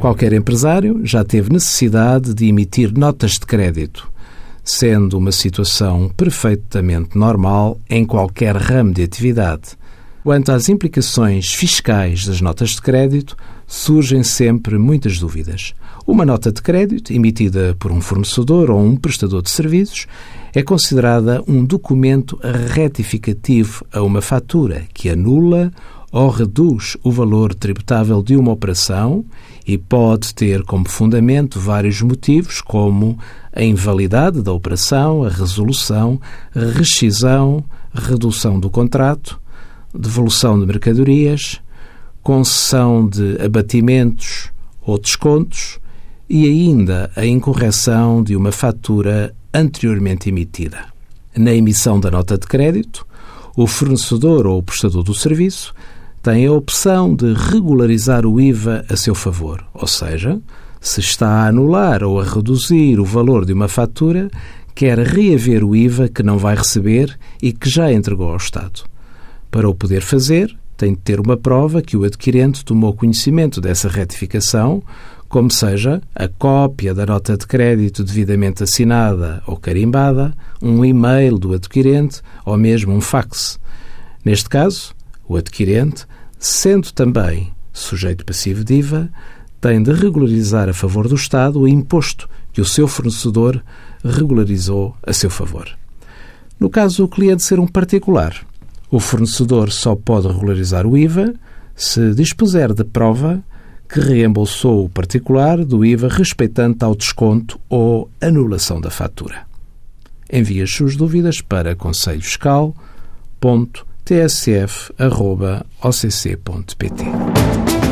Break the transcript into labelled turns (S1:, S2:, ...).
S1: Qualquer empresário já teve necessidade de emitir notas de crédito, sendo uma situação perfeitamente normal em qualquer ramo de atividade. Quanto às implicações fiscais das notas de crédito, surgem sempre muitas dúvidas. Uma nota de crédito, emitida por um fornecedor ou um prestador de serviços, é considerada um documento retificativo a uma fatura que anula ou reduz o valor tributável de uma operação e pode ter como fundamento vários motivos, como a invalidade da operação, a resolução, a rescisão, a redução do contrato, devolução de mercadorias, concessão de abatimentos ou descontos e ainda a incorreção de uma fatura anteriormente emitida. Na emissão da nota de crédito, o fornecedor ou o prestador do serviço tem a opção de regularizar o IVA a seu favor, ou seja, se está a anular ou a reduzir o valor de uma fatura, quer reaver o IVA que não vai receber e que já entregou ao Estado. Para o poder fazer, tem de ter uma prova que o adquirente tomou conhecimento dessa retificação, como seja a cópia da nota de crédito devidamente assinada ou carimbada, um e-mail do adquirente ou mesmo um fax. Neste caso, o adquirente, sendo também sujeito passivo de IVA, tem de regularizar a favor do Estado o imposto que o seu fornecedor regularizou a seu favor. No caso do cliente ser um particular, o fornecedor só pode regularizar o IVA se dispuser de prova que reembolsou o particular do IVA respeitante ao desconto ou anulação da fatura. Envie as suas dúvidas para conselhofiscal.tsf@occ.pt.